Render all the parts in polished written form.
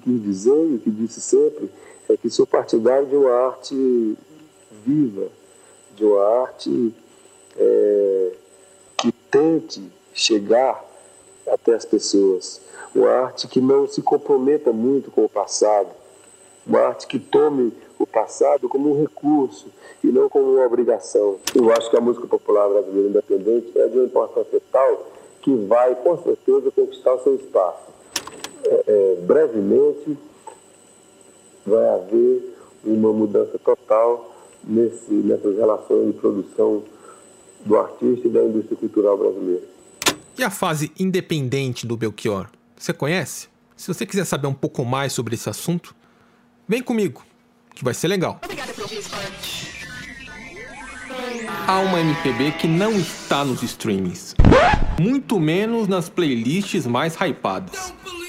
quis dizer e o que disse sempre é que sou partidário de uma arte viva, de uma arte que tente chegar até as pessoas, uma arte que não se comprometa muito com o passado, uma arte que tome o passado como um recurso e não como uma obrigação. Eu acho que a música popular brasileira independente é de uma importância tal que vai, com certeza, conquistar o seu espaço. Brevemente vai haver uma mudança total nessas relações de produção do artista e da indústria cultural brasileira. E a fase independente do Belchior? Você conhece? Se você quiser saber um pouco mais sobre esse assunto, vem comigo, que vai ser legal. Há uma MPB que não está nos streamings, muito menos nas playlists mais hypadas.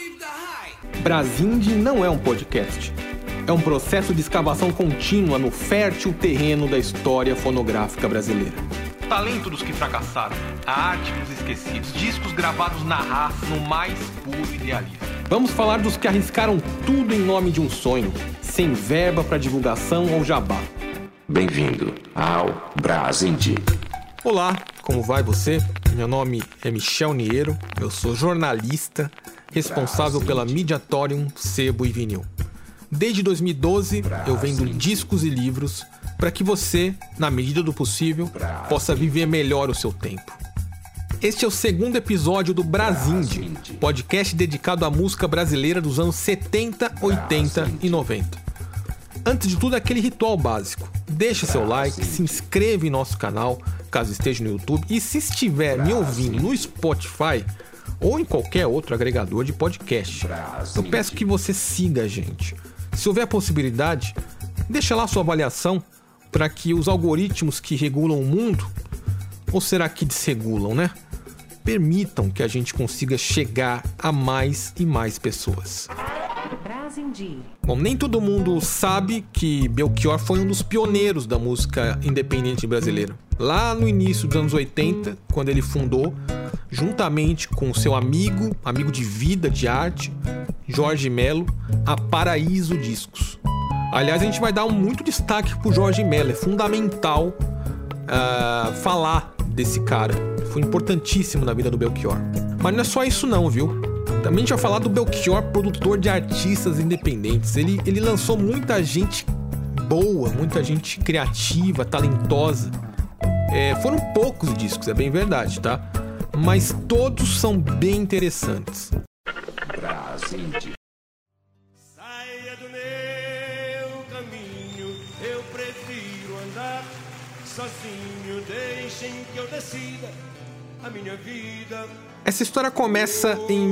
Brasindie não é um podcast. É um processo de escavação contínua no fértil terreno da história fonográfica brasileira. Talento dos que fracassaram, a arte dos esquecidos, discos gravados na raça, no mais puro idealismo. Vamos falar dos que arriscaram tudo em nome de um sonho, sem verba para divulgação ou jabá. Bem-vindo ao Brasindie. Olá, como vai você? Meu nome é Michel Niero, eu sou jornalista, responsável pela Mediatorium, Sebo e Vinil. Desde 2012, eu vendo discos e livros para que você, na medida do possível, possa viver melhor o seu tempo. Este é o segundo episódio do Brasindie, podcast dedicado à música brasileira dos anos 70, 80 e 90. Antes de tudo, aquele ritual básico. Deixa seu like, se inscreva em nosso canal, caso esteja no YouTube, e se estiver me ouvindo no Spotify ou em qualquer outro agregador de podcast, eu peço que você siga a gente. Se houver possibilidade, deixa lá sua avaliação para que os algoritmos que regulam o mundo, ou será que desregulam, né? Permitam que a gente consiga chegar a mais e mais pessoas. Bom, nem todo mundo sabe que Belchior foi um dos pioneiros da música independente brasileira. Lá no início dos anos 80, quando ele fundou, juntamente com seu amigo de vida, de arte, Jorge Melo, a Paraíso Discos. Aliás, a gente vai dar muito destaque pro Jorge Melo, é fundamental falar desse cara. Foi importantíssimo na vida do Belchior. Mas não é só isso não, viu? Também a gente vai falar do Belchior, produtor de artistas independentes. Ele lançou muita gente boa, muita gente criativa, talentosa. Foram poucos discos, é bem verdade, tá? Mas todos são bem interessantes. Brasindie. Saia do meu caminho, eu prefiro andar sozinho. Deixem que eu decida a minha vida. Essa história começa em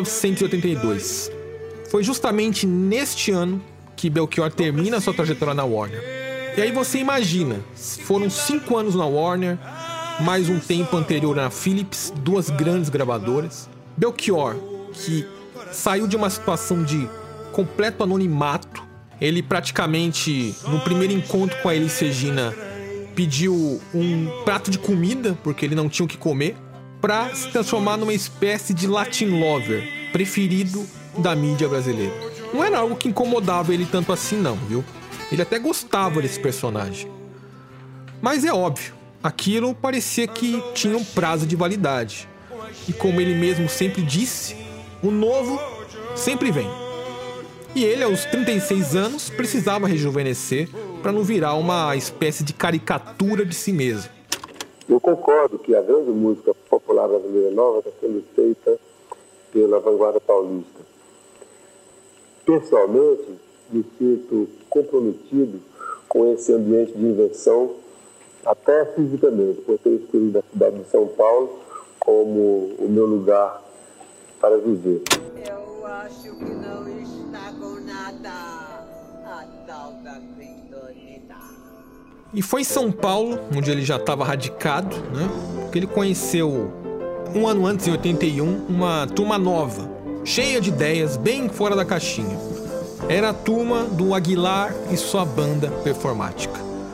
1982. Foi justamente neste ano que Belchior termina sua trajetória na Warner. E aí você imagina, foram 5 anos na Warner, mais um tempo anterior na Philips, 2 grandes gravadoras. Belchior, que saiu de uma situação de completo anonimato, ele praticamente, no primeiro encontro com a Elis Regina, pediu um prato de comida, porque ele não tinha o que comer, para se transformar numa espécie de Latin lover, preferido da mídia brasileira. Não era algo que incomodava ele tanto assim não, viu? Ele até gostava desse personagem. Mas é óbvio, aquilo parecia que tinha um prazo de validade. E como ele mesmo sempre disse, o novo sempre vem. E ele, aos 36 anos, precisava rejuvenescer para não virar uma espécie de caricatura de si mesmo. Eu concordo que a grande música popular brasileira nova está sendo feita pela vanguarda paulista. Pessoalmente, me sinto comprometido com esse ambiente de invenção, até fisicamente, por ter escolhido a cidade de São Paulo como o meu lugar para viver. Eu acho que não está com nada a tal da criptonita. E foi em São Paulo, onde ele já estava radicado, né? Que ele conheceu, um ano antes, em 81, uma turma nova, cheia de ideias, bem fora da caixinha. Era a turma do Aguilar e sua banda performática.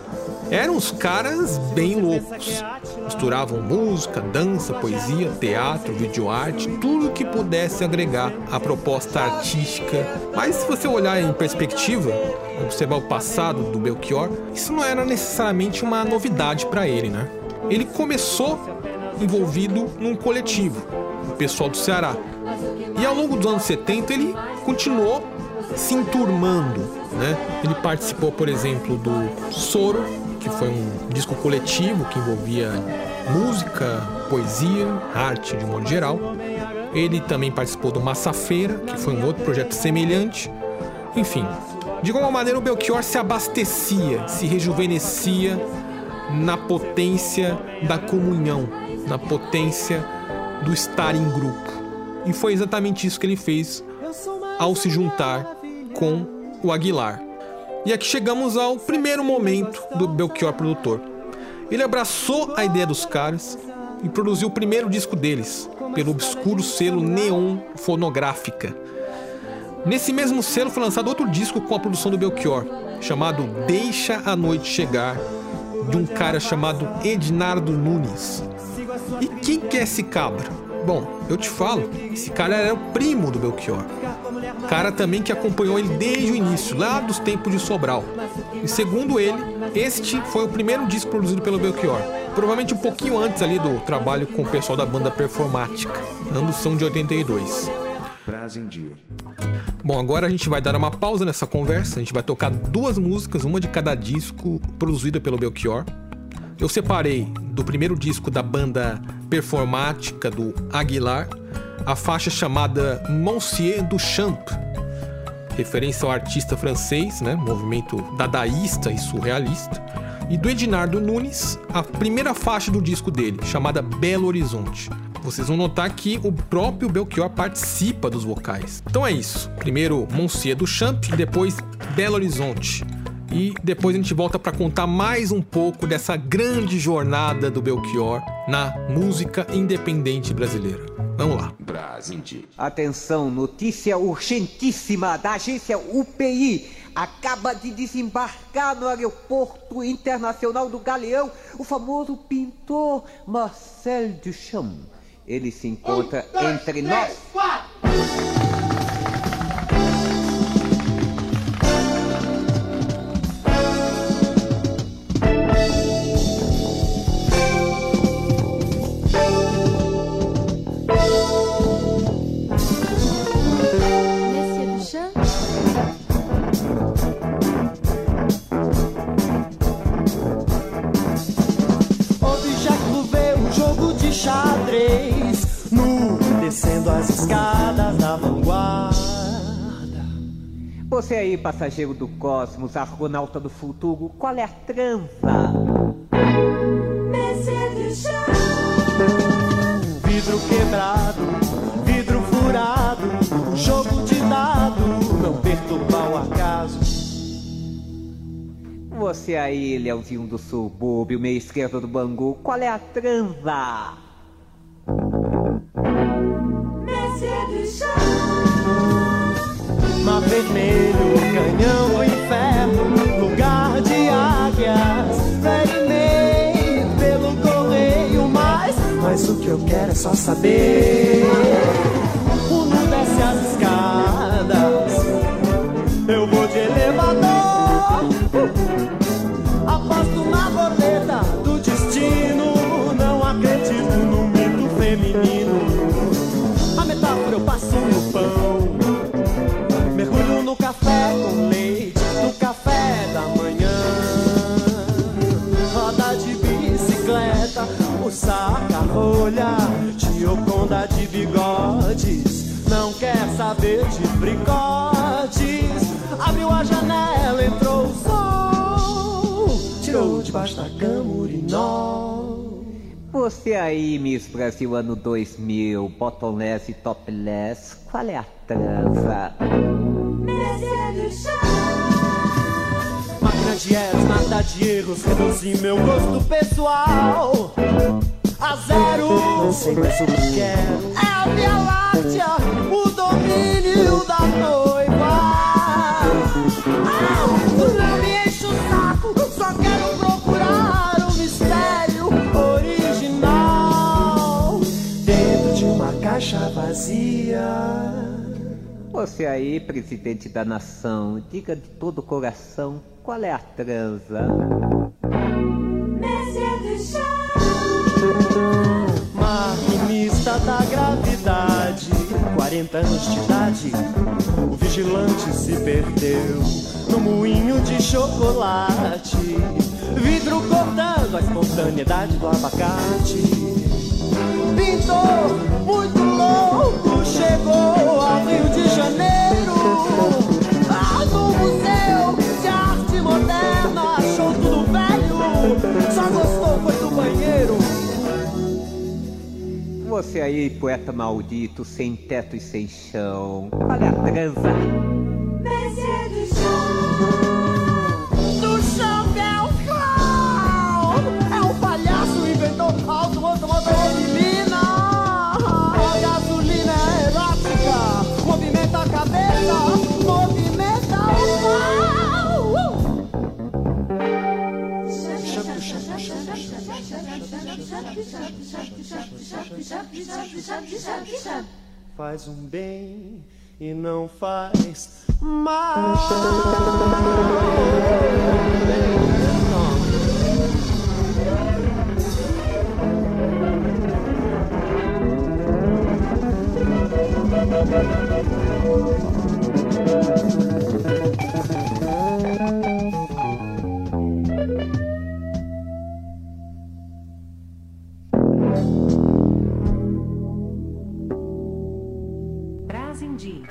Eram uns caras bem loucos. Misturavam música, dança, poesia, teatro, videoarte, tudo que pudesse agregar à proposta artística. Mas se você olhar em perspectiva, observar o passado do Belchior, isso não era necessariamente uma novidade para ele, né? Ele começou envolvido num coletivo, o pessoal do Ceará. E ao longo dos anos 70 ele continuou se enturmando, né? Ele participou, por exemplo, do Soro, que foi um disco coletivo que envolvia música, poesia, arte de modo geral. Ele também participou do Massafeira, que foi um outro projeto semelhante. Enfim, de alguma maneira o Belchior se abastecia, se rejuvenescia na potência da comunhão, na potência do estar em grupo. E foi exatamente isso que ele fez ao se juntar com o Aguilar. E aqui chegamos ao primeiro momento do Belchior produtor. Ele abraçou a ideia dos caras e produziu o primeiro disco deles, pelo obscuro selo Neon Fonográfica. Nesse mesmo selo foi lançado outro disco com a produção do Belchior, chamado Deixa a Noite Chegar, de um cara chamado Ednardo Nunes. E quem que é esse cabra? Bom, eu te falo, esse cara era o primo do Belchior. Cara também que acompanhou ele desde o início, lá dos tempos de Sobral. E segundo ele, este foi o primeiro disco produzido pelo Belchior. Provavelmente um pouquinho antes ali do trabalho com o pessoal da banda Performática. Ambos são de 82. Bom, agora a gente vai dar uma pausa nessa conversa. A gente vai tocar duas músicas, uma de cada disco produzida pelo Belchior. Eu separei do primeiro disco da banda Performática do Aguilar a faixa chamada Monsieur Duchamp, referência ao artista francês, né, movimento dadaísta e surrealista, e do Ednardo Nunes, a primeira faixa do disco dele, chamada Belo Horizonte. Vocês vão notar que o próprio Belchior participa dos vocais. Então é isso, primeiro Monsieur Duchamp e depois Belo Horizonte. E depois a gente volta para contar mais um pouco dessa grande jornada do Belchior na música independente brasileira. Vamos lá. Atenção, notícia urgentíssima da agência UPI. Acaba de desembarcar no aeroporto internacional do Galeão o famoso pintor Marcel Duchamp. Ele se encontra entre nós. Xadrez, nu, descendo as escadas da vanguarda. Você aí, passageiro do cosmos, argonauta do futuro, qual é a transa? Vidro quebrado, vidro furado, jogo de dado, não perturbar o acaso. Você aí, Leãozinho do subúrbio, meia esquerda do Bangu, qual é a transa? Mar vermelho, canhão do inferno, lugar de águias, ferimento pelo correio, mas o que eu quero é só saber. O não desce as escadas, eu vou de elevador, aposto na boleta do destino, não acredito no mito feminino. A metáfora eu passo no pão, mergulho no café com leite, no café da manhã. Roda de bicicleta, o saca-rolha, Gioconda de bigodes, não quer saber de fricotes. Abriu a janela, entrou o sol, tirou debaixo da cama o urinol. Você aí, Miss Brasil ano 2000, bottomless e topless, qual é a transa? Máquina de erros, nada de erros, reduzi meu gosto pessoal a zero. Não sei mais o que quero. É a Via Láctea, o domínio da noiva. Não me enche o saco, só quero procurar Você aí, presidente da nação, diga de todo o coração, qual é a transa? Maquinista da gravidade, 40 anos de idade, o vigilante se perdeu no moinho de chocolate, vidro cortando a espontaneidade do abacate. Pintor muito louco chegou ao Rio de Janeiro, no Museu de Arte Moderna, achou tudo velho, só gostou foi do banheiro. Você aí, poeta maldito, sem teto e sem chão, qual é a transa? Descer do chão que é um clown, é um palhaço, inventou alto, outro menina. A gasolina é erótica, movimenta a cabeça, movimenta o faz um bem e não faz mal. Brasindi.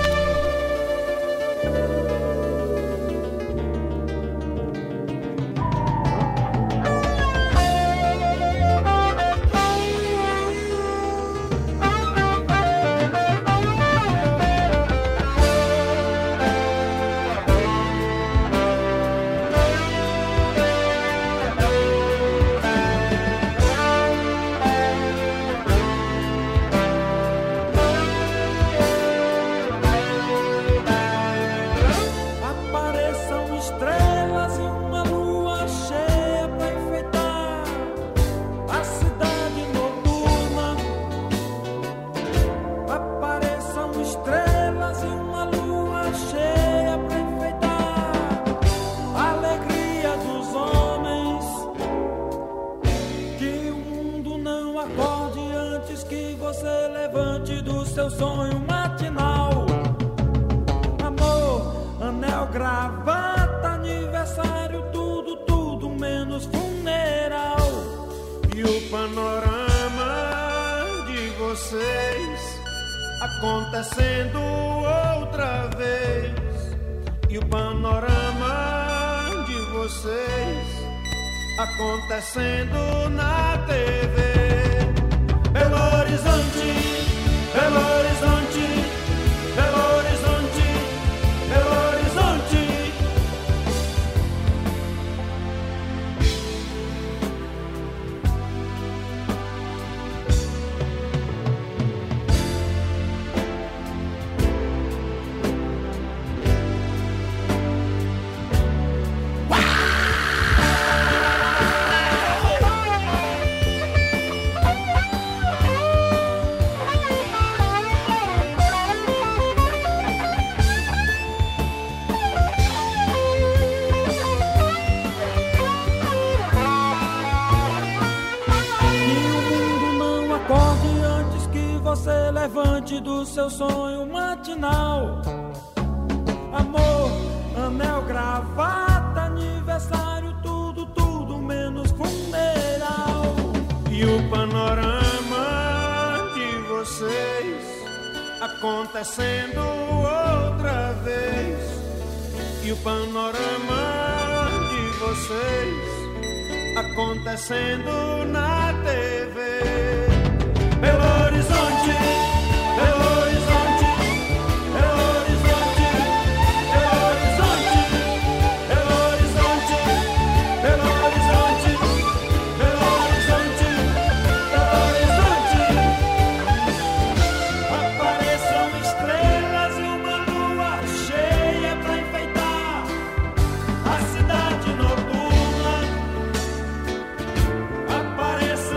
Acontecendo outra vez, e o panorama de vocês acontecendo na TV. Belo Horizonte, Belo Horizonte, Belo Horizonte, Belo Horizonte. Levante do seu sonho matinal. Amor, anel, gravata, aniversário, tudo, tudo menos funeral. E o panorama de vocês acontecendo outra vez. E o panorama de vocês acontecendo na TV. Belo Horizonte, Belo Horizonte, Belo Horizonte, Belo Horizonte, Belo Horizonte, Belo Horizonte, Belo Horizonte, Belo Horizonte. Apareçam estrelas e uma lua cheia pra enfeitar a cidade noturna. Apareçam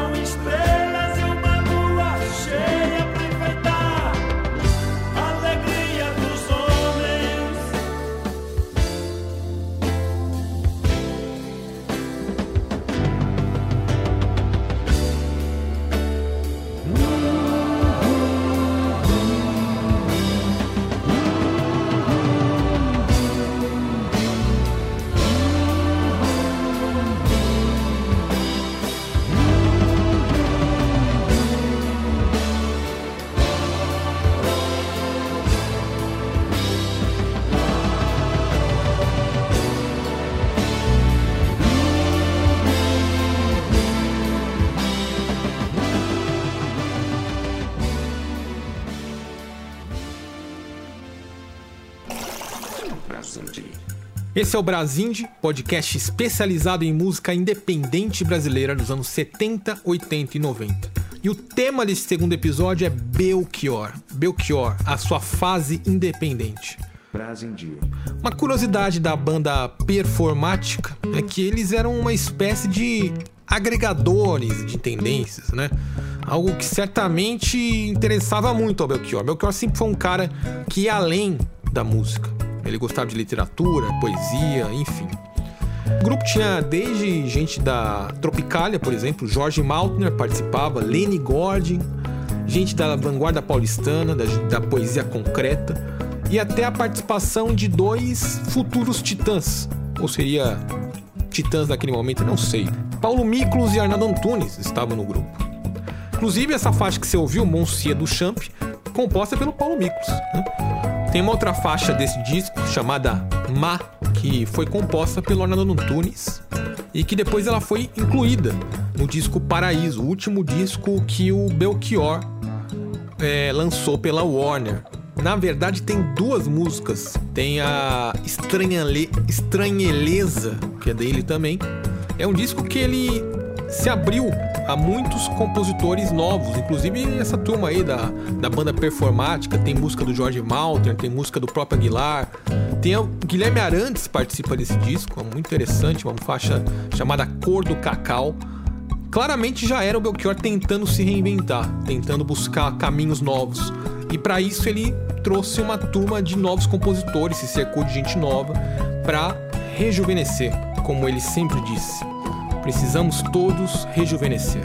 Brasindie. Esse é o Brasindie, podcast especializado em música independente brasileira dos anos 70, 80 e 90. E o tema desse segundo episódio é Belchior. Belchior, a sua fase independente. Brasindie. Uma curiosidade da banda Performática é que eles eram uma espécie de agregadores de tendências, né? Algo que certamente interessava muito ao Belchior. Belchior sempre foi um cara que ia além da música. Ele gostava de literatura, poesia, enfim. O grupo tinha desde gente da Tropicália, por exemplo, Jorge Maltner participava, Lenny Gordon, gente da vanguarda paulistana, da poesia concreta, e até a participação de 2 futuros titãs, ou seria titãs naquele momento, não sei. Paulo Miklos e Arnaldo Antunes estavam no grupo. Inclusive, essa faixa que você ouviu, Monsieur Duchamp, composta pelo Paulo Miklos, né? Tem uma outra faixa desse disco, chamada Ma, que foi composta pelo Arnaldo Antunes e que depois ela foi incluída no disco Paraíso, o último disco que o Belchior lançou pela Warner. Na verdade, tem 2 músicas. Tem a Estranheleza, que é dele também. É um disco que ele se abriu a muitos compositores novos, inclusive essa turma aí da banda Performática. Tem música do Jorge Maltner, tem música do próprio Aguilar, tem o Guilherme Arantes participa desse disco, é muito interessante, uma faixa chamada Cor do Cacau. Claramente já era o Belchior tentando se reinventar, tentando buscar caminhos novos, e para isso ele trouxe uma turma de novos compositores, se cercou de gente nova para rejuvenescer, como ele sempre disse. Precisamos todos rejuvenescer.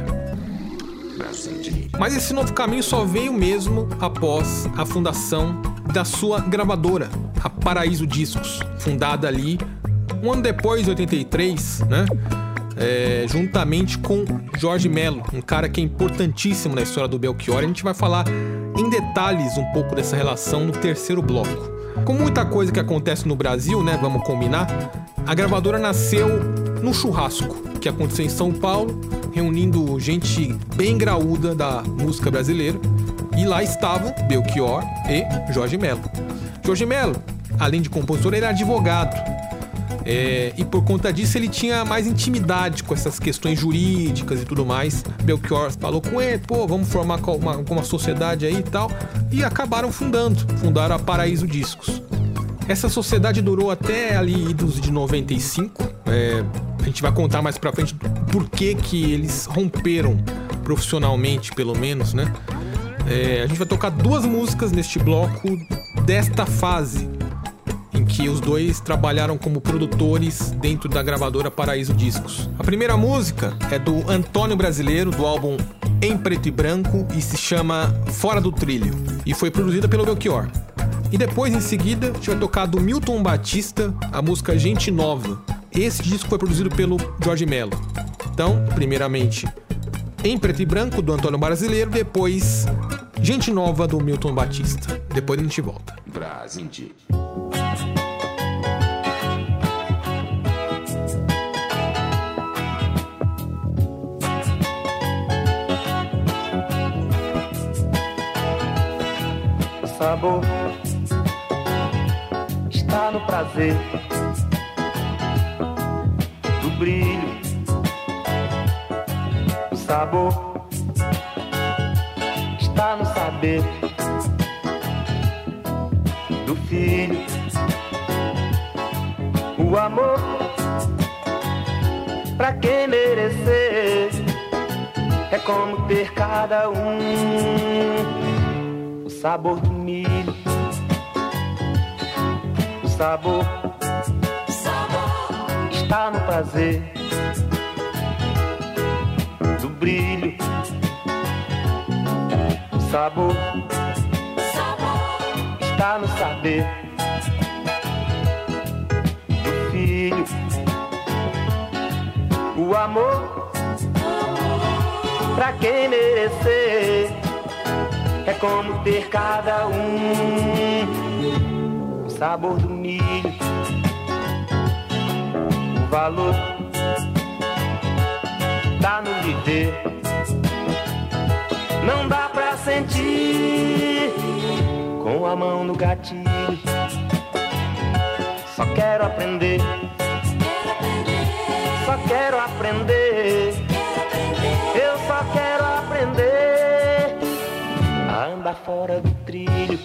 Mas esse novo caminho só veio mesmo após a fundação da sua gravadora, a Paraíso Discos, fundada ali um ano depois, em 83, né? Juntamente com Jorge Mello, um cara que é importantíssimo na história do Belchior. A gente vai falar em detalhes um pouco dessa relação no terceiro bloco. Como muita coisa que acontece no Brasil, né? Vamos combinar. A gravadora nasceu num churrasco que aconteceu em São Paulo, reunindo gente bem graúda da música brasileira. E lá estavam Belchior e Jorge Mello. Jorge Mello, além de compositor, ele era advogado. E por conta disso ele tinha mais intimidade com essas questões jurídicas e tudo mais. Belchior falou com ele, vamos formar uma sociedade aí e tal. E acabaram fundaram a Paraíso Discos. Essa sociedade durou até ali idos de 95. A gente vai contar mais pra frente por que eles romperam profissionalmente, pelo menos, né? A gente vai tocar 2 músicas neste bloco desta fase em que os 2 trabalharam como produtores dentro da gravadora Paraíso Discos. A primeira música é do Antônio Brasileiro, do álbum Em Preto e Branco, e se chama Fora do Trilho, e foi produzida pelo Belchior. E depois, em seguida, a gente vai tocar do Milton Batista, a música Gente Nova. Esse disco foi produzido pelo Jorge Mello. Então, primeiramente, Em Preto e Branco, do Antônio Brasileiro, depois Gente Nova, do Milton Batista. Depois a gente volta. Brasindie. O sabor está no prazer do brilho. O sabor está no saber do filho. O amor pra quem merecer é como ter cada o sabor do milho. O sabor está no prazer do brilho. O sabor está no saber do filho. O amor pra quem merecer é como ter cada o sabor do milho. O valor tá no viver. Não dá pra sentir com a mão no gatilho. Só quero aprender. Só quero aprender. Eu só quero aprender a andar fora do trilho.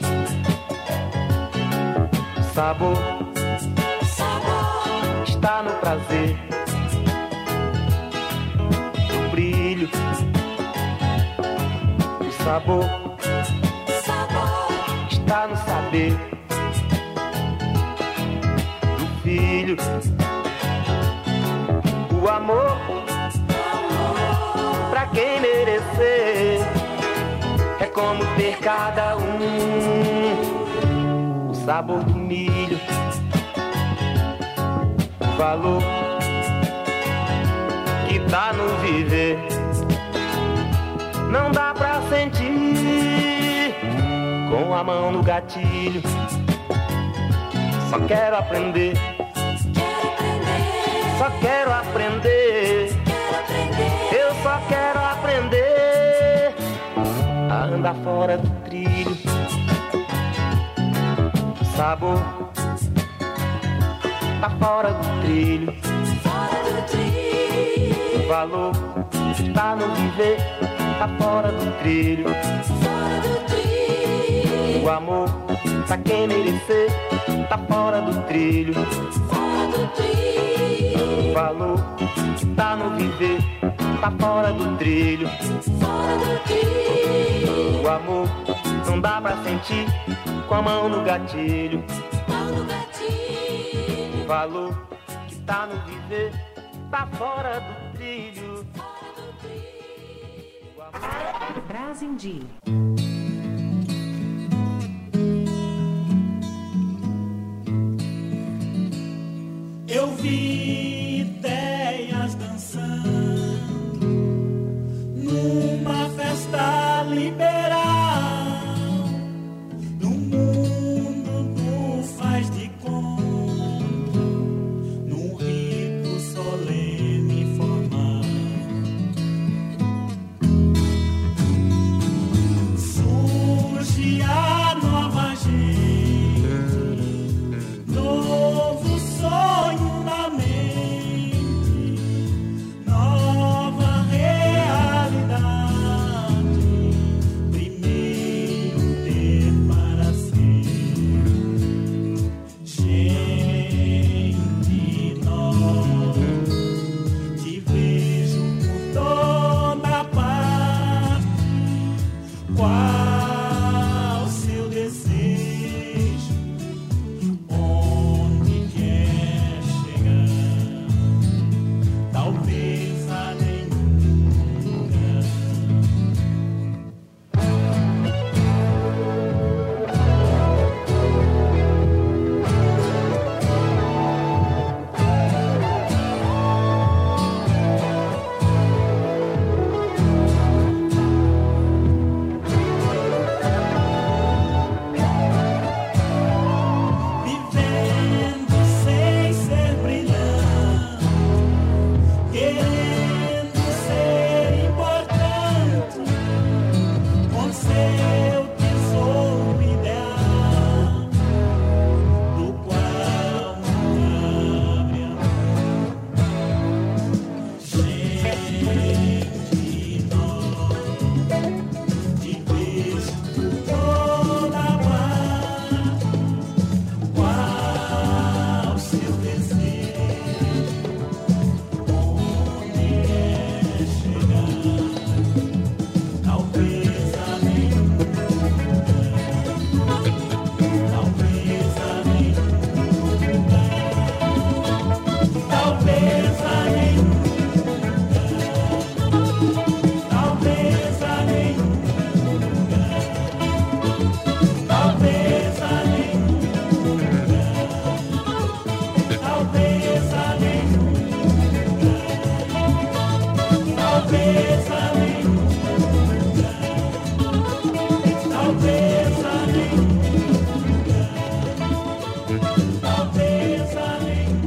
Sabor está no prazer, no brilho. O sabor está no saber do filho. O amor pra quem merecer é como ter cada o sabor do milho. O valor que tá no viver não dá pra sentir com a mão no gatilho. Só quero aprender. Só quero aprender. Eu só quero aprender a andar fora do trilho. Sabor tá fora do trilho. O valor tá no viver, tá fora do trilho. O amor pra quem merecer tá fora do trilho. O valor que tá no viver tá fora do trilho. O amor não dá pra sentir com a mão no gatilho. O valor que tá no viver tá fora do trilho. Brasil. Eu vi ideias dançando numa festa liberal, no mundo do faz de conta, num rito solene e formal. Surge a nova gente, novo sonho na mente, nova realidade. Primeiro ter para ser gente nova. Te vejo por toda parte. Qual seu desejo? Onde quer chegar? Talvez a nenhum lugar. Vivendo sem ser brilhante, querendo ser importante, com seu tesouro ideal, do qual não abre a mão. Gente nova, te vejo por toda parte. Qual seu desejo? Onde quer chegar? Talvez a nenhum lugar. Talvez a nenhum lugar. Talvez a nenhum lugar. Talvez a nenhum lugar. Talvez a nenhum lugar. Talvez a nenhum lugar. Talvez a nenhum lugar. Talvez a nenhum lugar. Talvez a nenhum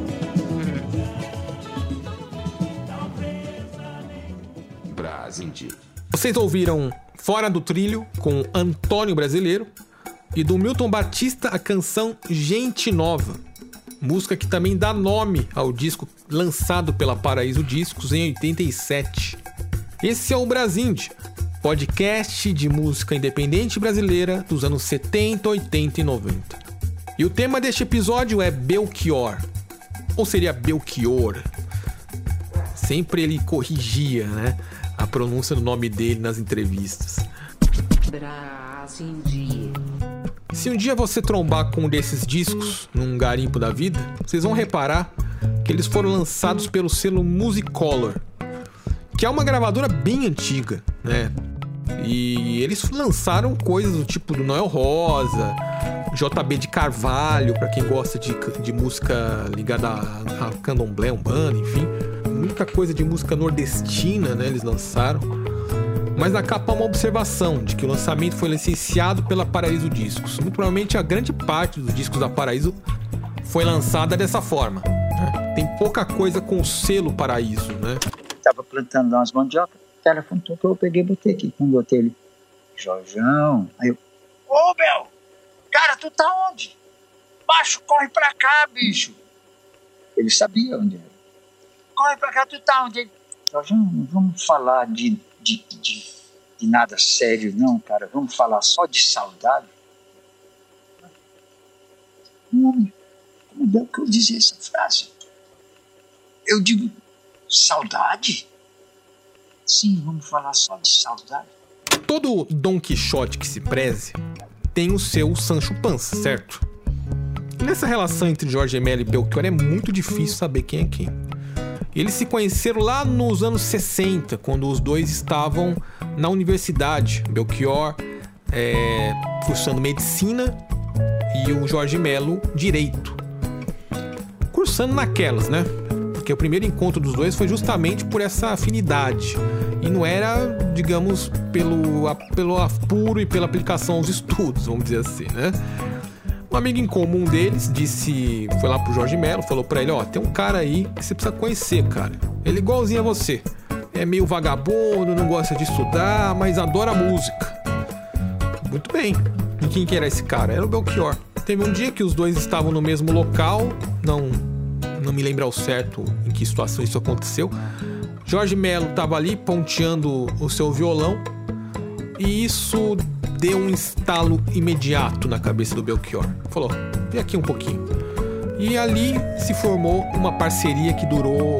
lugar. Talvez a nenhum. Brasil. Vocês ouviram Fora do Trilho, com Antônio Brasileiro, e do Milton Batista a canção Gente Nova. música que também dá nome ao disco lançado pela Paraíso Discos em 87. Esse é o Brasindie, podcast de música independente brasileira dos anos 70, 80 e 90. E o tema deste episódio é Belchior, ou seria Belchior. Sempre ele corrigia, né, a pronúncia do nome dele nas entrevistas. Brasindie. Se um dia você trombar com um desses discos num garimpo da vida, vocês vão reparar que eles foram lançados pelo selo Musicolor, que é uma gravadora bem antiga, né? E eles lançaram coisas do tipo do Noel Rosa, JB de Carvalho, para quem gosta de música ligada a candomblé, umbanda, enfim. Muita coisa de música nordestina, né? Eles lançaram. Mas na capa há uma observação de que o lançamento foi licenciado pela Paraíso Discos. Muito provavelmente a grande parte dos discos da Paraíso foi lançada dessa forma, né? Tem pouca coisa com o selo Paraíso, né? Tava plantando umas mandiocas, o telefone tocou, eu peguei e botei aqui. Quando botei ele, Jorjão, aí eu, ô Bel, cara, tu tá onde? Baixo, corre pra cá, bicho. Ele sabia onde era. Corre pra cá, tu tá onde? Ele, Jorjão, não vamos falar de nada sério não, cara, vamos falar só de saudade. Homem, como Bel que eu dizia essa frase? Eu digo, saudade? Sim, vamos falar só de saudade. Todo Dom Quixote que se preze tem o seu Sancho Panza, certo? E nessa relação entre Jorge Mello e Belchior é muito difícil saber quem é quem. Eles se conheceram lá nos anos 60, quando os dois estavam na universidade. Belchior cursando medicina e o Jorge Mello direito. Cursando naquelas, né? Porque o primeiro encontro dos dois foi justamente por essa afinidade. E não era, digamos, pelo apuro e pela aplicação aos estudos, vamos dizer assim, né? Um amigo em comum deles foi lá pro Jorge Mello, falou pra ele, tem um cara aí que você precisa conhecer, cara. Ele é igualzinho a você. É meio vagabundo, não gosta de estudar, mas adora música. Muito bem. E quem que era esse cara? Era o Belchior. Teve um dia que os dois estavam no mesmo local, não me lembro ao certo em que situação isso aconteceu. Jorge Mello estava ali ponteando o seu violão e isso deu um estalo imediato na cabeça do Belchior. Falou, vem aqui um pouquinho. E ali se formou uma parceria que durou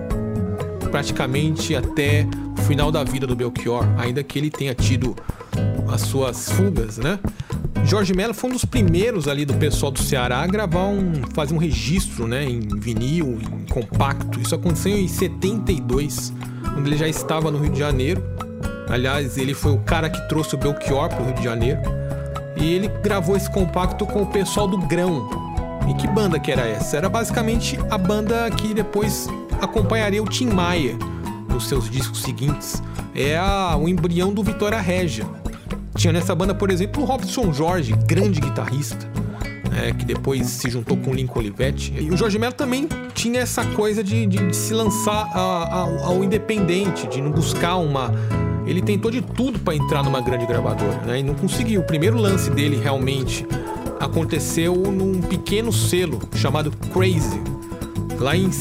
praticamente até o final da vida do Belchior, ainda que ele tenha tido as suas fugas, né? Jorge Mello foi um dos primeiros ali do pessoal do Ceará a fazer um registro, né, em vinil, em compacto. Isso aconteceu em 72, quando ele já estava no Rio de Janeiro. Aliás, ele foi o cara que trouxe o Belchior para o Rio de Janeiro. E ele gravou esse compacto com o pessoal do Grão. E que banda que era essa? Era basicamente a banda que depois acompanharia o Tim Maia nos seus discos seguintes. É o embrião do Vitória Régia. Tinha nessa banda, por exemplo, o Robson Jorge, grande guitarrista, que depois se juntou com o Lincoln Olivetti. E o Jorge Mello também tinha essa coisa de se lançar ao independente, de não buscar Ele tentou de tudo para entrar numa grande gravadora, né? E não conseguiu. O primeiro lance dele realmente aconteceu num pequeno selo chamado Crazy, lá em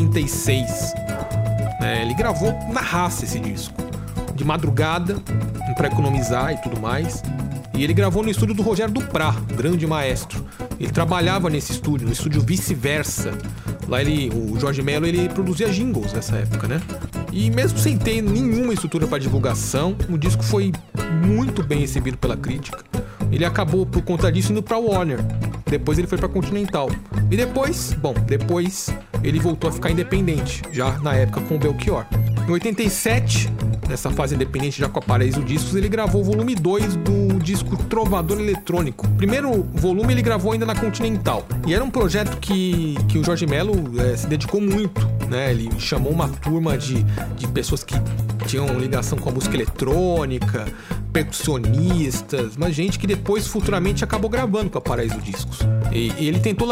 76. Ele gravou na raça esse disco, de madrugada, para economizar e tudo mais. E ele gravou no estúdio do Rogério Duprá, grande maestro. Ele trabalhava nesse estúdio, no estúdio Vice-Versa. Lá o Jorge Mello, ele produzia jingles nessa época, né? E mesmo sem ter nenhuma estrutura para divulgação, o disco foi muito bem recebido pela crítica. Ele acabou, por conta disso, indo para Warner. Depois ele foi para Continental. E depois ele voltou a ficar independente, já na época com o Belchior. Em 87, nessa fase independente já com a Paraíso Discos, ele gravou o volume 2 do disco Trovador Eletrônico. O primeiro volume ele gravou ainda na Continental. E era um projeto que o Jorge Mello se dedicou muito, né? Ele chamou uma turma de pessoas que tinham ligação com a música eletrônica, percussionistas, mas gente que depois futuramente acabou gravando com a Paraíso Discos. E ele tentou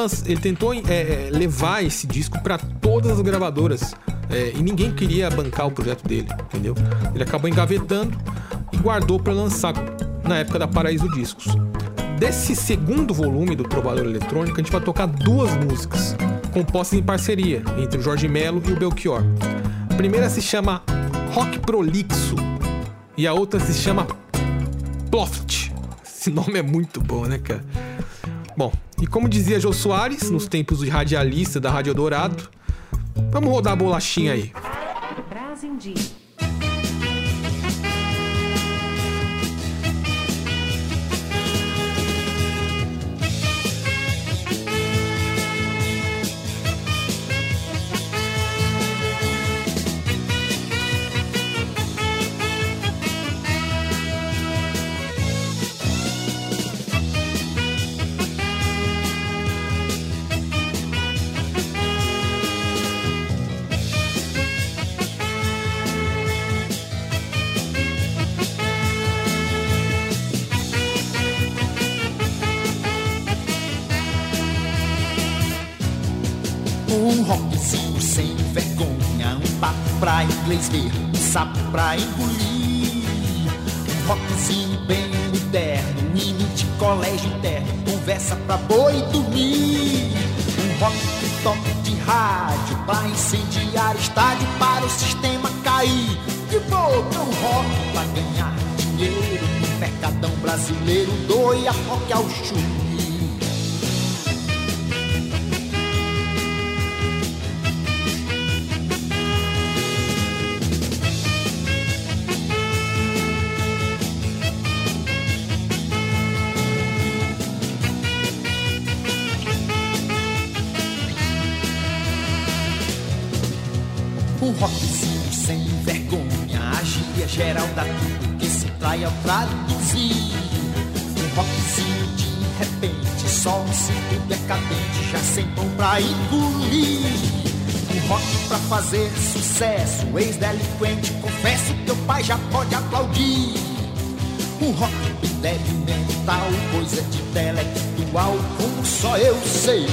levar esse disco para todas as gravadoras. E ninguém queria bancar o projeto dele, entendeu? Ele acabou engavetando e guardou para lançar na época da Paraíso Discos. Desse segundo volume do Trovador Eletrônico, a gente vai tocar 2 músicas, compostas em parceria entre o Jorge Melo e o Belchior. A primeira se chama Rock Prolixo e a outra se chama Ploft. Esse nome é muito bom, né, cara? Bom, e como dizia Jô Soares, nos tempos de radialista da Rádio Dourado, vamos rodar a bolachinha aí. Brasil Dia. Um rockzinho sem vergonha, um papo pra inglês ver, um sapo pra engolir. Um rockzinho bem moderno, um hino de colégio interno, conversa pra boi dormir. Um rock que toca de rádio pra incendiar estádio, para o sistema cair. De boca um rock pra ganhar dinheiro no mercadão brasileiro, doia rock ao churro. Um rockzinho sem vergonha, a gíria geral da tribo que se trai ao traduzir. Um rockzinho de repente, só um circo decadente, já sem pão pra engolir. Um rock pra fazer sucesso, ex-delinquente, confesso, teu pai já pode aplaudir. Um rock bem débil mental, coisa de intelectual, como só eu sei.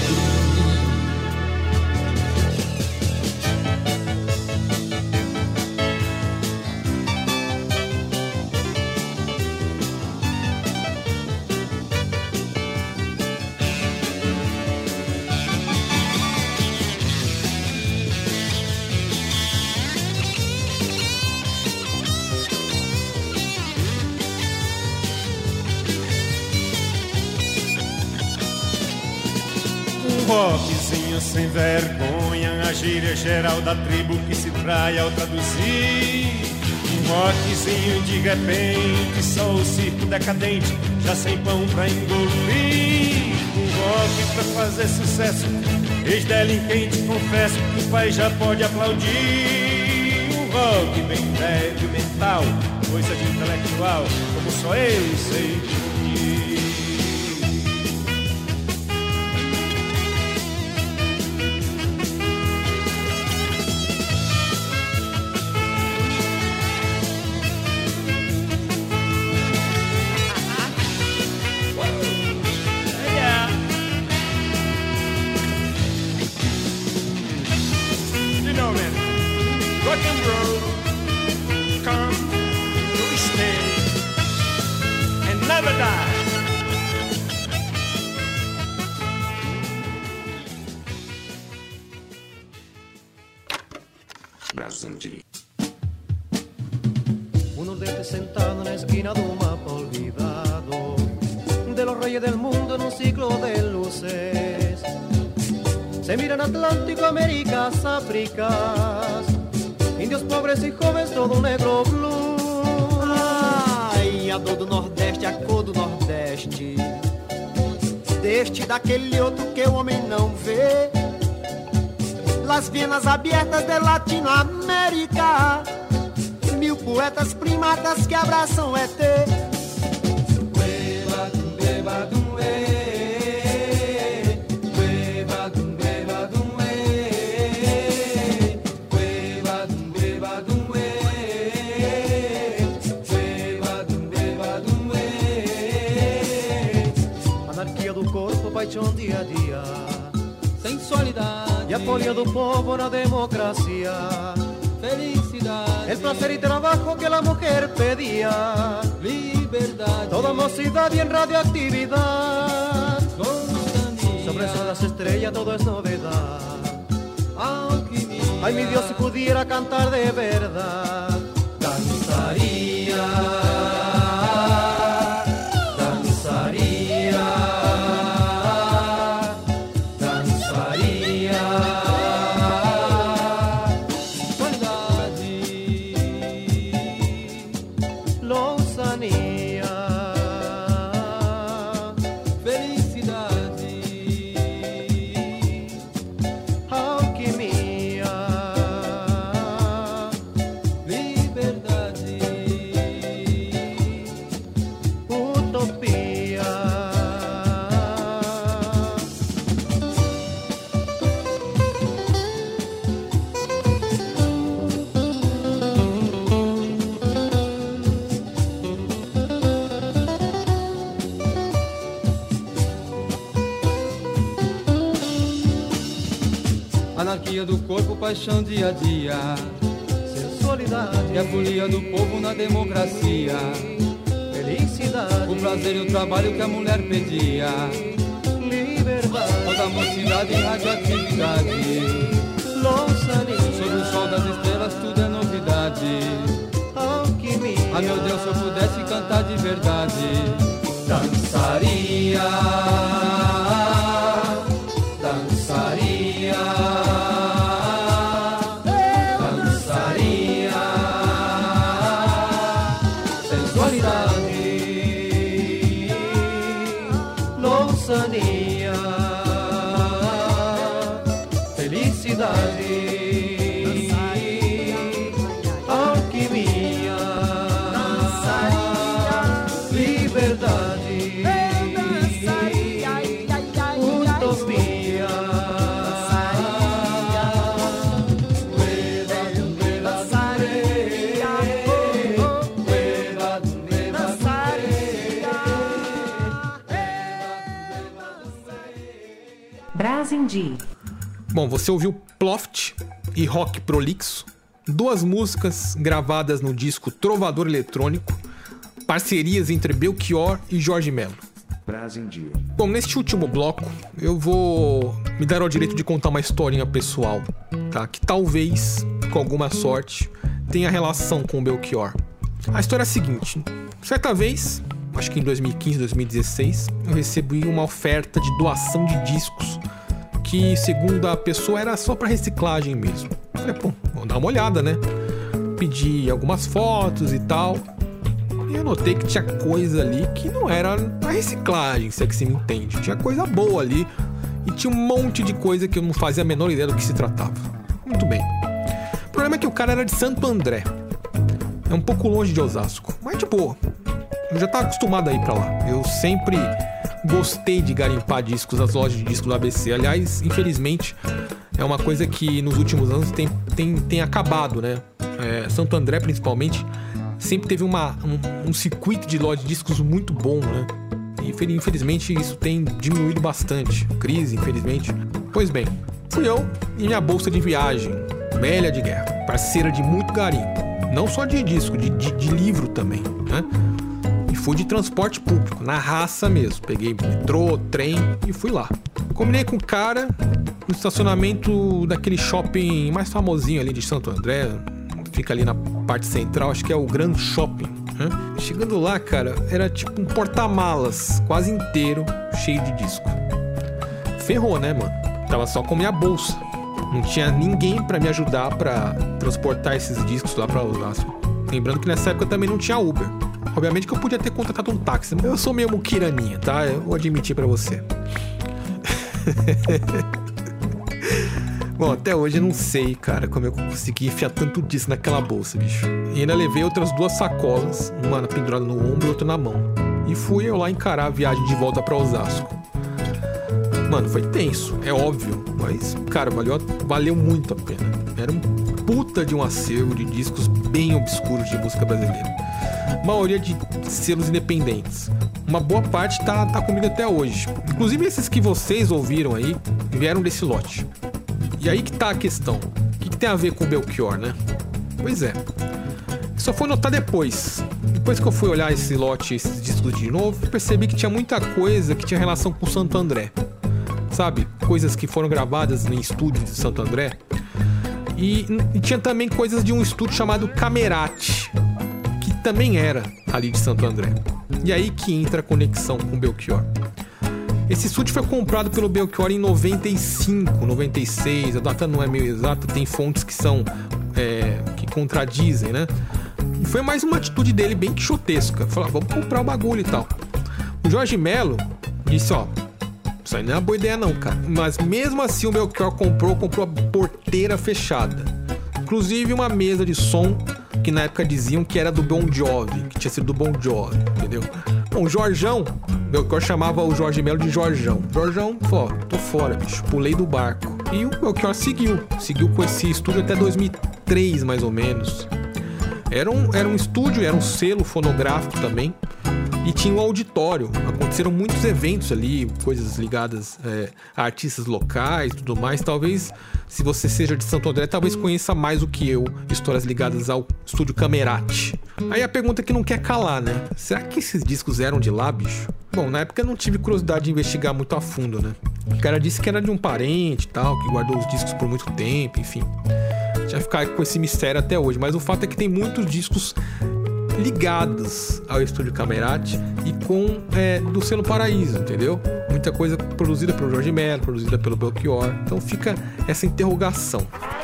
Rockzinho sem vergonha, a gíria geral da tribo que se trai ao traduzir. Um rockzinho de repente, só o circo decadente, já sem pão pra engolir. Um rock pra fazer sucesso, ex-delinquente, confesso que o pai já pode aplaudir. Um rock bem débil mental, coisa de intelectual, como só eu sei dormir. Rock and roll, come to stay and never die. Brasil. Un nordeste sentado en la esquina de un mapa olvidado de los reyes del mundo en un ciclo de luces. Se miran Atlántico, Américas, Áfricas, índios pobres e jovens, todo negro blue. Ai, a dor do Nordeste, a cor do Nordeste, deste, daquele outro que o homem não vê. Las venas abertas de Latinoamérica, mil poetas primatas que abraçam ET. Paixão dia a dia, sensualidade e a folia do povo na democracia, felicidade, el placer y trabajo que la mujer pedía, toda mocidad y en radioactividad. Sobre las estrellas todo es novedad. Ay, mi Dios, si pudiera cantar de verdad, danzaría, danzaría, danzaría. Soledade, lozanía, felicidade, alquimia, liberdade, utopia. Anarquia do corpo, paixão dia a dia, Sensualidade e a folia do povo na democracia. felicidade, O prazer e o trabalho que a mulher pedia, liberdade, toda a mocidade e radioatividade. lozanía, Sob o sol das estrelas tudo é novidade. alquimia. Ah, meu Deus, se eu pudesse cantar de verdade, dançaria, dançaria, dançaria. Sensualidade, lozanía, felicidade, alquimia, liberdade, utopia. Brasil. Bom, você ouviu Ploft e Rock Prolixo, duas músicas gravadas no disco Trovador Eletrônico, parcerias entre Belchior e Jorge Melo. Brasil. Bom, neste último bloco, eu vou me dar ao direito de contar uma historinha pessoal, tá? Que talvez, com alguma sorte, tenha relação com o Belchior. A história é a seguinte: certa vez, acho que em 2015, 2016, eu recebi uma oferta de doação de discos que, segundo a pessoa, era só pra reciclagem mesmo. Falei, pô, vamos dar uma olhada, né? Pedi algumas fotos e tal. E eu notei que tinha coisa ali que não era pra reciclagem, se é que você me entende. Tinha coisa boa ali e tinha um monte de coisa que eu não fazia a menor ideia do que se tratava. Muito bem. O problema é que o cara era de Santo André. É um pouco longe de Osasco, mas de boa. Eu já tava acostumado a ir pra lá. Eu sempre gostei de garimpar discos nas lojas de discos do ABC. Aliás, infelizmente, é uma coisa que nos últimos anos tem acabado, né? Santo André, principalmente, sempre teve um circuito de loja de discos muito bom, né? E infelizmente isso tem diminuído bastante. Crise, infelizmente. Pois bem, fui eu e minha bolsa de viagem, velha de guerra, parceira de muito garimpo. Não só de disco, de livro também, né? E fui de transporte público, na raça mesmo. Peguei metrô, trem e fui lá. Combinei com o cara no estacionamento daquele shopping mais famosinho ali de Santo André. Fica ali na parte central, acho que é o Grand Shopping, né? Chegando lá, cara, era tipo um porta-malas quase inteiro, cheio de disco. Ferrou, né, mano? Tava só com minha bolsa. Não tinha ninguém pra me ajudar pra transportar esses discos lá pra Osasco. Lembrando que nessa época também não tinha Uber. Obviamente que eu podia ter contratado um táxi. Eu sou meio muquiraninha, tá? Eu vou admitir pra você. Bom, até hoje eu não sei, cara, como eu consegui enfiar tanto disco naquela bolsa, bicho. E ainda levei outras duas sacolas, uma pendurada no ombro e outra na mão. E fui eu lá encarar a viagem de volta pra Osasco. Mano, foi tenso, é óbvio, mas, cara, valeu muito a pena. Era um puta de um acervo de discos bem obscuros de música brasileira. Maioria de selos independentes. Uma boa parte tá comigo até hoje. Inclusive esses que vocês ouviram aí vieram desse lote. E aí que tá a questão. O que tem a ver com o Belchior, né? Pois é. Só foi notar depois. Depois que eu fui olhar esse lote, esses discos de novo, percebi que tinha muita coisa que tinha relação com Santo André. Sabe? Coisas que foram gravadas em estúdio de Santo André. E tinha também coisas de um estúdio chamado Camerati, que também era ali de Santo André. E aí que entra a conexão com Belchior. Esse estúdio foi comprado pelo Belchior em 95, 96, a data não é meio exata, tem fontes que são que contradizem, né? E foi mais uma atitude dele bem quixotesca, falar, vamos comprar o bagulho e tal. O Jorge Melo disse, ó, isso aí não é uma boa ideia não, cara. Mas mesmo assim o Belchior comprou a porteira fechada. Inclusive uma mesa de som que na época diziam que era do Bon Jovi, que tinha sido do Bon Jovi, entendeu? Bom, o Jorjão, Belchior chamava o Jorge Melo de Jorjão. Jorjão falou, ó, tô fora, bicho, pulei do barco. E o Belchior seguiu com esse estúdio até 2003, mais ou menos. Era um estúdio, era um selo fonográfico também. E tinha um auditório, aconteceram muitos eventos ali, coisas ligadas a artistas locais e tudo mais. Talvez, se você seja de Santo André, talvez conheça mais do que eu histórias ligadas ao estúdio Camerati. Aí a pergunta que não quer calar, né? Será que esses discos eram de lá, bicho? Bom, na época eu não tive curiosidade de investigar muito a fundo, né? O cara disse que era de um parente e tal, que guardou os discos por muito tempo, enfim. Já ficar com esse mistério até hoje, mas o fato é que tem muitos discos ligados ao estúdio Camerati e com do selo Paraíso, entendeu? Muita coisa produzida pelo Jorge Melo, produzida pelo Belchior. Então fica essa interrogação.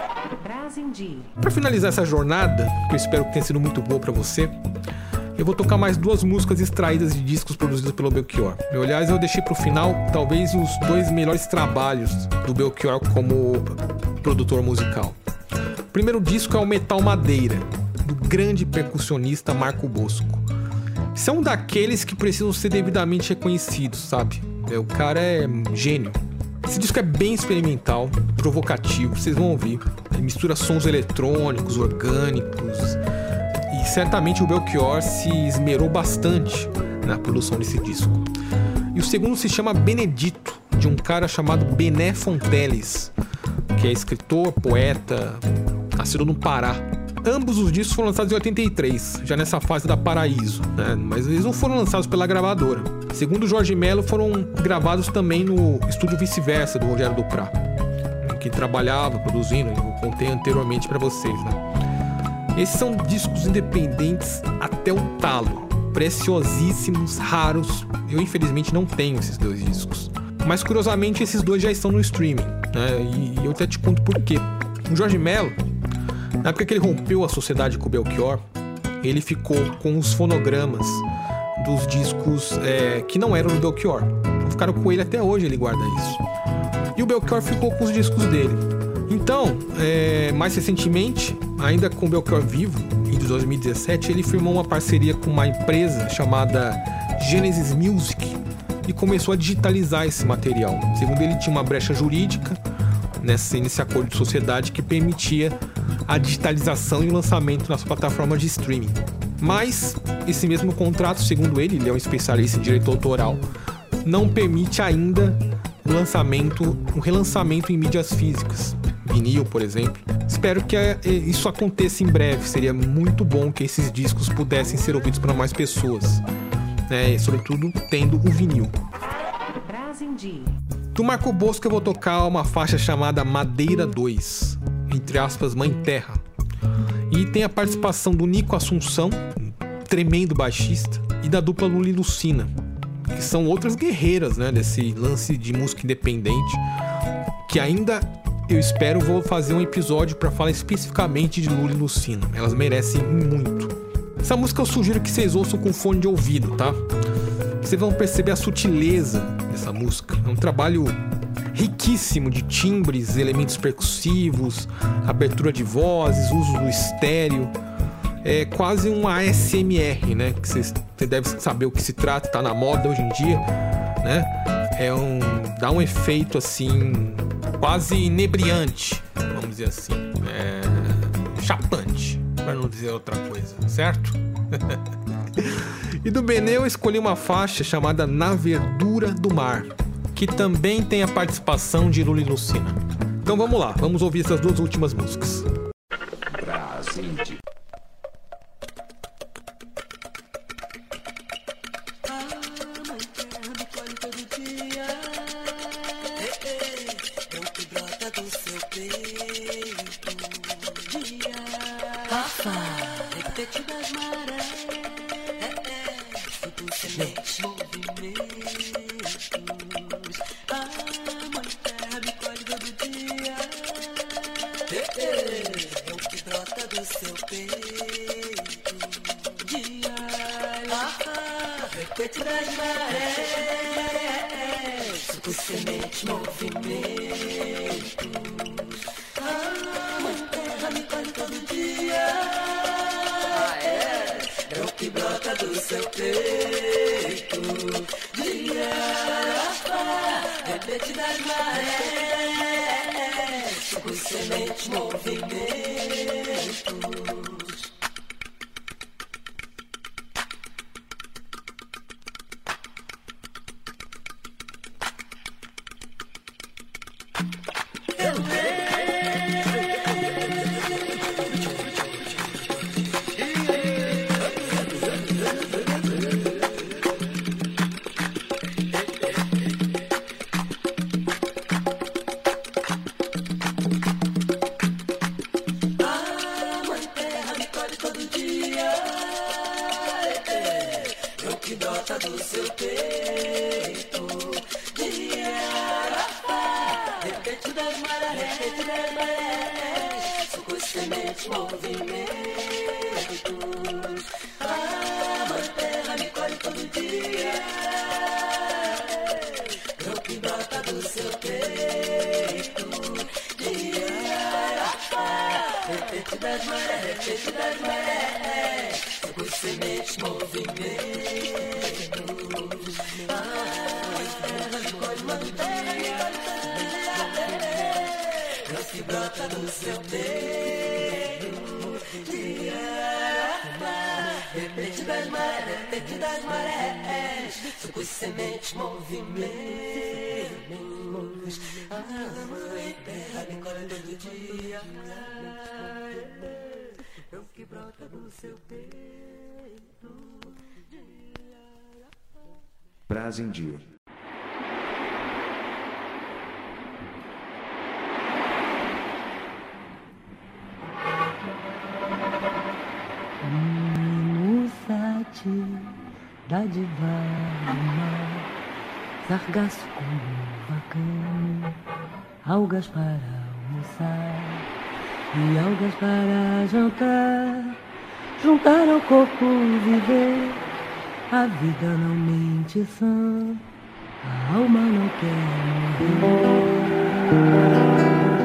Para finalizar essa jornada, que eu espero que tenha sido muito boa para você, eu vou tocar mais 2 músicas extraídas de discos produzidos pelo Belchior. Aliás, eu deixei pro final talvez os 2 melhores trabalhos do Belchior como produtor musical. O primeiro disco é o Metal Madeira, do grande percussionista Marco Bosco. São daqueles que precisam ser devidamente reconhecidos, sabe? O cara é gênio. Esse disco é bem experimental, provocativo, vocês vão ouvir. Ele mistura sons eletrônicos, orgânicos. E certamente o Belchior se esmerou bastante na produção desse disco. E o segundo se chama Benedito, de um cara chamado Bené Fonteles, que é escritor, poeta, nascido no Pará. Ambos os discos foram lançados em 83, já nessa fase da Paraíso, né? Mas eles não foram lançados pela gravadora. Segundo o Jorge Melo, foram gravados também no estúdio Vice-Versa, do Rogério Duprá, que trabalhava produzindo, eu contei anteriormente para vocês, né? Esses são discos independentes até o talo, preciosíssimos, raros. Eu infelizmente não tenho esses 2 discos. Mas curiosamente esses 2 já estão no streaming, né? E eu até te conto por quê. O Jorge Melo, na época que ele rompeu a sociedade com o Belchior, ele ficou com os fonogramas dos discos que não eram do Belchior. Então ficaram com ele até hoje, ele guarda isso. E o Belchior ficou com os discos dele. Então, mais recentemente, ainda com o Belchior vivo, em 2017, ele firmou uma parceria com uma empresa chamada Genesis Music e começou a digitalizar esse material. Segundo ele, tinha uma brecha jurídica nesse acordo de sociedade que permitia a digitalização e o lançamento nas plataformas de streaming. Mas esse mesmo contrato, segundo ele é um especialista em direito autoral, não permite ainda o relançamento em mídias físicas, vinil, por exemplo. Espero que isso aconteça em breve. Seria muito bom que esses discos pudessem ser ouvidos por mais pessoas, né? Sobretudo tendo o vinil. Do Marco Bosco eu vou tocar uma faixa chamada Madeira 2, entre aspas, Mãe Terra. E tem a participação do Nico Assunção, um tremendo baixista, e da dupla Lula e Lucina, que são outras guerreiras, né, desse lance de música independente, que ainda, eu espero, vou fazer um episódio para falar especificamente de Lula e Lucina. Elas merecem muito. Essa música eu sugiro que vocês ouçam com fone de ouvido, tá? Vocês vão perceber a sutileza dessa música. É um trabalho riquíssimo de timbres, elementos percussivos, abertura de vozes, uso do estéreo. É quase um ASMR, né? Que você deve saber o que se trata, tá na moda hoje em dia, né? Dá um efeito assim, quase inebriante, vamos dizer assim. Chapante, para não dizer outra coisa, certo? E do Benê eu escolhi uma faixa chamada Na Verdura do Mar, que também tem a participação de Lula e Lucina. Então vamos lá, vamos ouvir essas 2 últimas músicas. Brasil. repete das marés, tudo semente, movimentos. A mãe terra me colhe todo dia, é o que brota do seu peito. Dia, repete das marés, tudo semente, movimentos. A mãe terra me colhe todo dia, é o que brota do seu peito. Dia, repete das marés, com semente, movimentos. Do seu peito, repete das marés, com sementes, movimentos. A mãe terra me colhe todo dia, é o que brota do seu peito. Repete das marés, com sementes, movimentos. Que brota do seu peito. Repete das marés, suco e sementes, movimentos. A mãe terra me colhe todo dia, é o que brota do seu peito. Brás em Dia. Dádiva do mar, sargaço com bacana, algas para almoçar e algas para jantar. Juntar ao corpo viver, a vida não mente sã, a alma não quer morrer.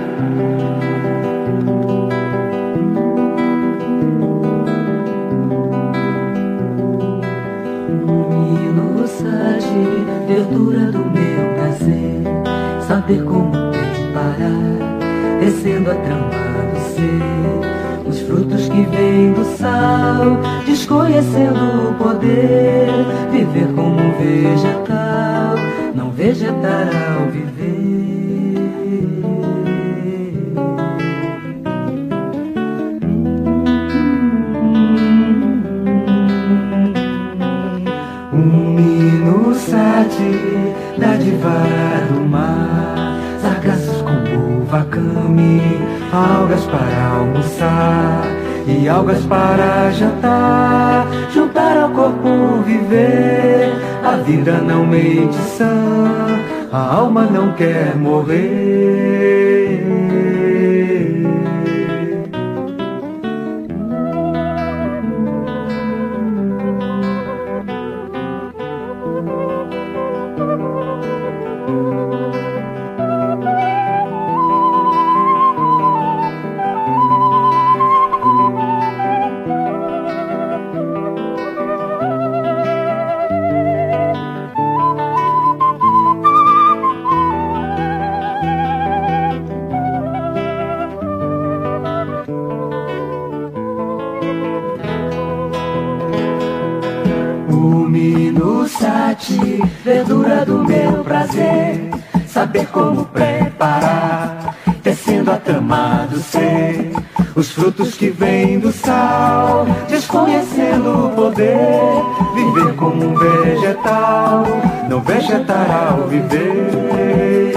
Verdura do meu prazer, saber como preparar, descendo a trama do ser, os frutos que vêm do sal, desconhecendo o poder, viver como um vegetal, não vegetar ao viver. Dádiva do mar, sargaços com bovacame, algas para almoçar e algas para jantar. Juntar ao corpo viver, a vida não mente sã, a alma não quer morrer. Verdura do meu prazer, saber como preparar, tecendo a trama do ser, os frutos que vêm do sal, desconhecendo o poder, viver como um vegetal, não vegetar ao viver.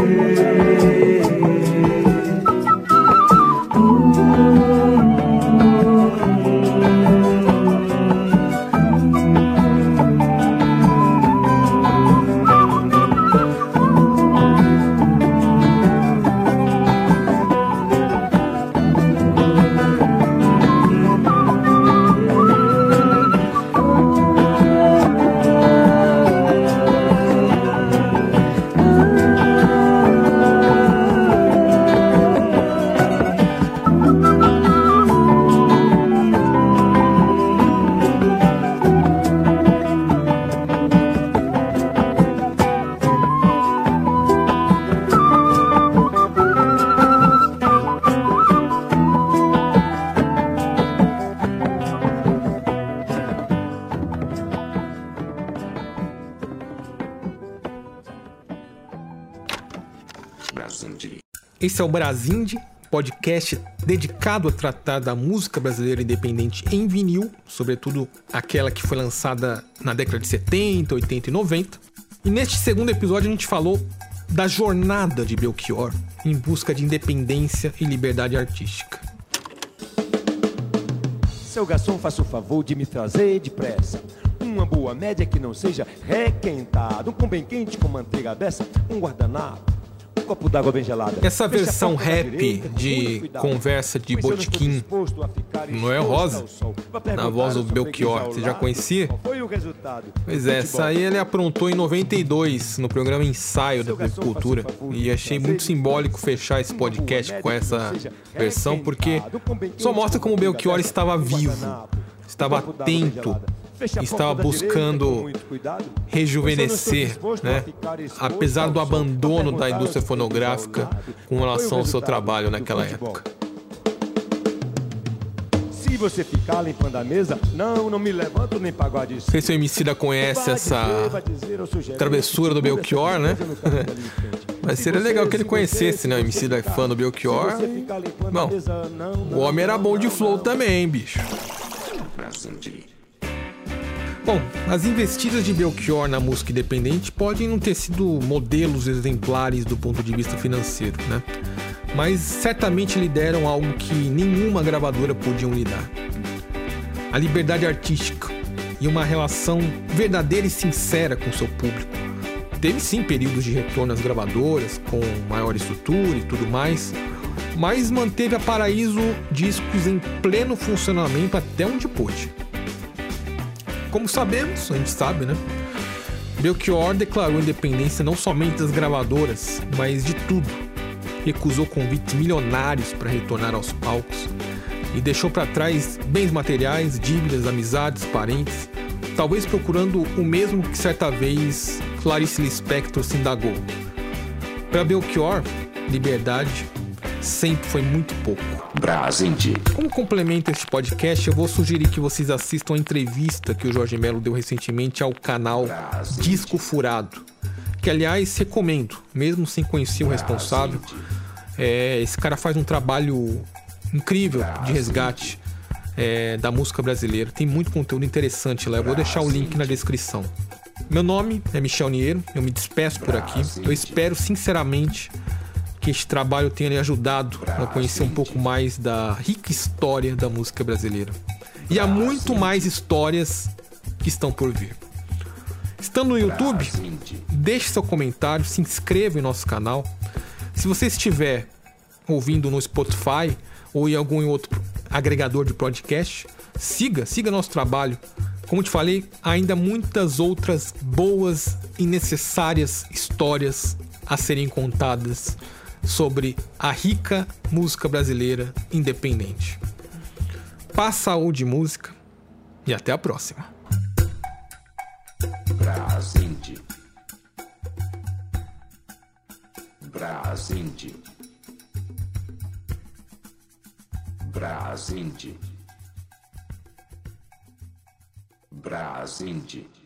Esse é o Brasindie, podcast dedicado a tratar da música brasileira independente em vinil, sobretudo aquela que foi lançada na década de 70, 80 e 90. E neste segundo episódio a gente falou da jornada de Belchior em busca de independência e liberdade artística. Seu garçom, faça o favor de me trazer depressa uma boa média que não seja requentada, um pão bem quente com manteiga abessa, um guardanapo, um copo d'água bem gelada. Essa versão rap de Conversa de Botequim, Noel Rosa, na voz do Belchior, você já conhecia? Pois é, essa aí ele aprontou em 92 no programa Ensaio da Cultura, e achei muito simbólico fechar esse podcast com essa versão, porque só mostra como o Belchior estava vivo, estava atento, estava buscando rejuvenescer, né? Apesar do abandono da indústria fonográfica com relação ao seu trabalho naquela época. Se você ficar limpando a mesa, não me levanto nem pagode. Não sei se o Emicida conhece essa travessura do Belchior, né? Mas seria legal que ele conhecesse, né? O Emicida é fã do Belchior. Bom, o homem era bom de flow também, bicho. Bom, as investidas de Belchior na música independente podem não ter sido modelos exemplares do ponto de vista financeiro, né? Mas certamente lhe deram algo que nenhuma gravadora podia lhe dar: a liberdade artística e uma relação verdadeira e sincera com seu público. Teve sim períodos de retorno às gravadoras, com maior estrutura e tudo mais, mas manteve a Paraíso Discos em pleno funcionamento até onde pôde. Como sabemos, a gente sabe, né? Belchior declarou independência não somente das gravadoras, mas de tudo. Recusou convites milionários para retornar aos palcos e deixou para trás bens materiais, dívidas, amizades, parentes, talvez procurando o mesmo que certa vez Clarice Lispector se indagou. Para Belchior, liberdade sempre foi muito pouco. Brasindie. Como complemento a este podcast, eu vou sugerir que vocês assistam a entrevista que o Jorge Melo deu recentemente ao canal Disco Furado, que aliás recomendo, mesmo sem conhecer o responsável. Esse cara faz um trabalho incrível de resgate da música brasileira. Tem muito conteúdo interessante lá, eu vou deixar o link na descrição. Meu nome é Michel Niero, eu me despeço por aqui. Eu espero sinceramente que este trabalho tenha lhe ajudado a conhecer um pouco mais da rica história da música brasileira. E há muito mais histórias que estão por vir. Estando no YouTube, deixe seu comentário, se inscreva em nosso canal. Se você estiver ouvindo no Spotify ou em algum outro agregador de podcast, siga nosso trabalho. Como te falei, há ainda muitas outras boas e necessárias histórias a serem contadas sobre a rica música brasileira independente. Paz, saúde e música, e até a próxima. Brasindie. Brasindie. Brasindie. Brasindie.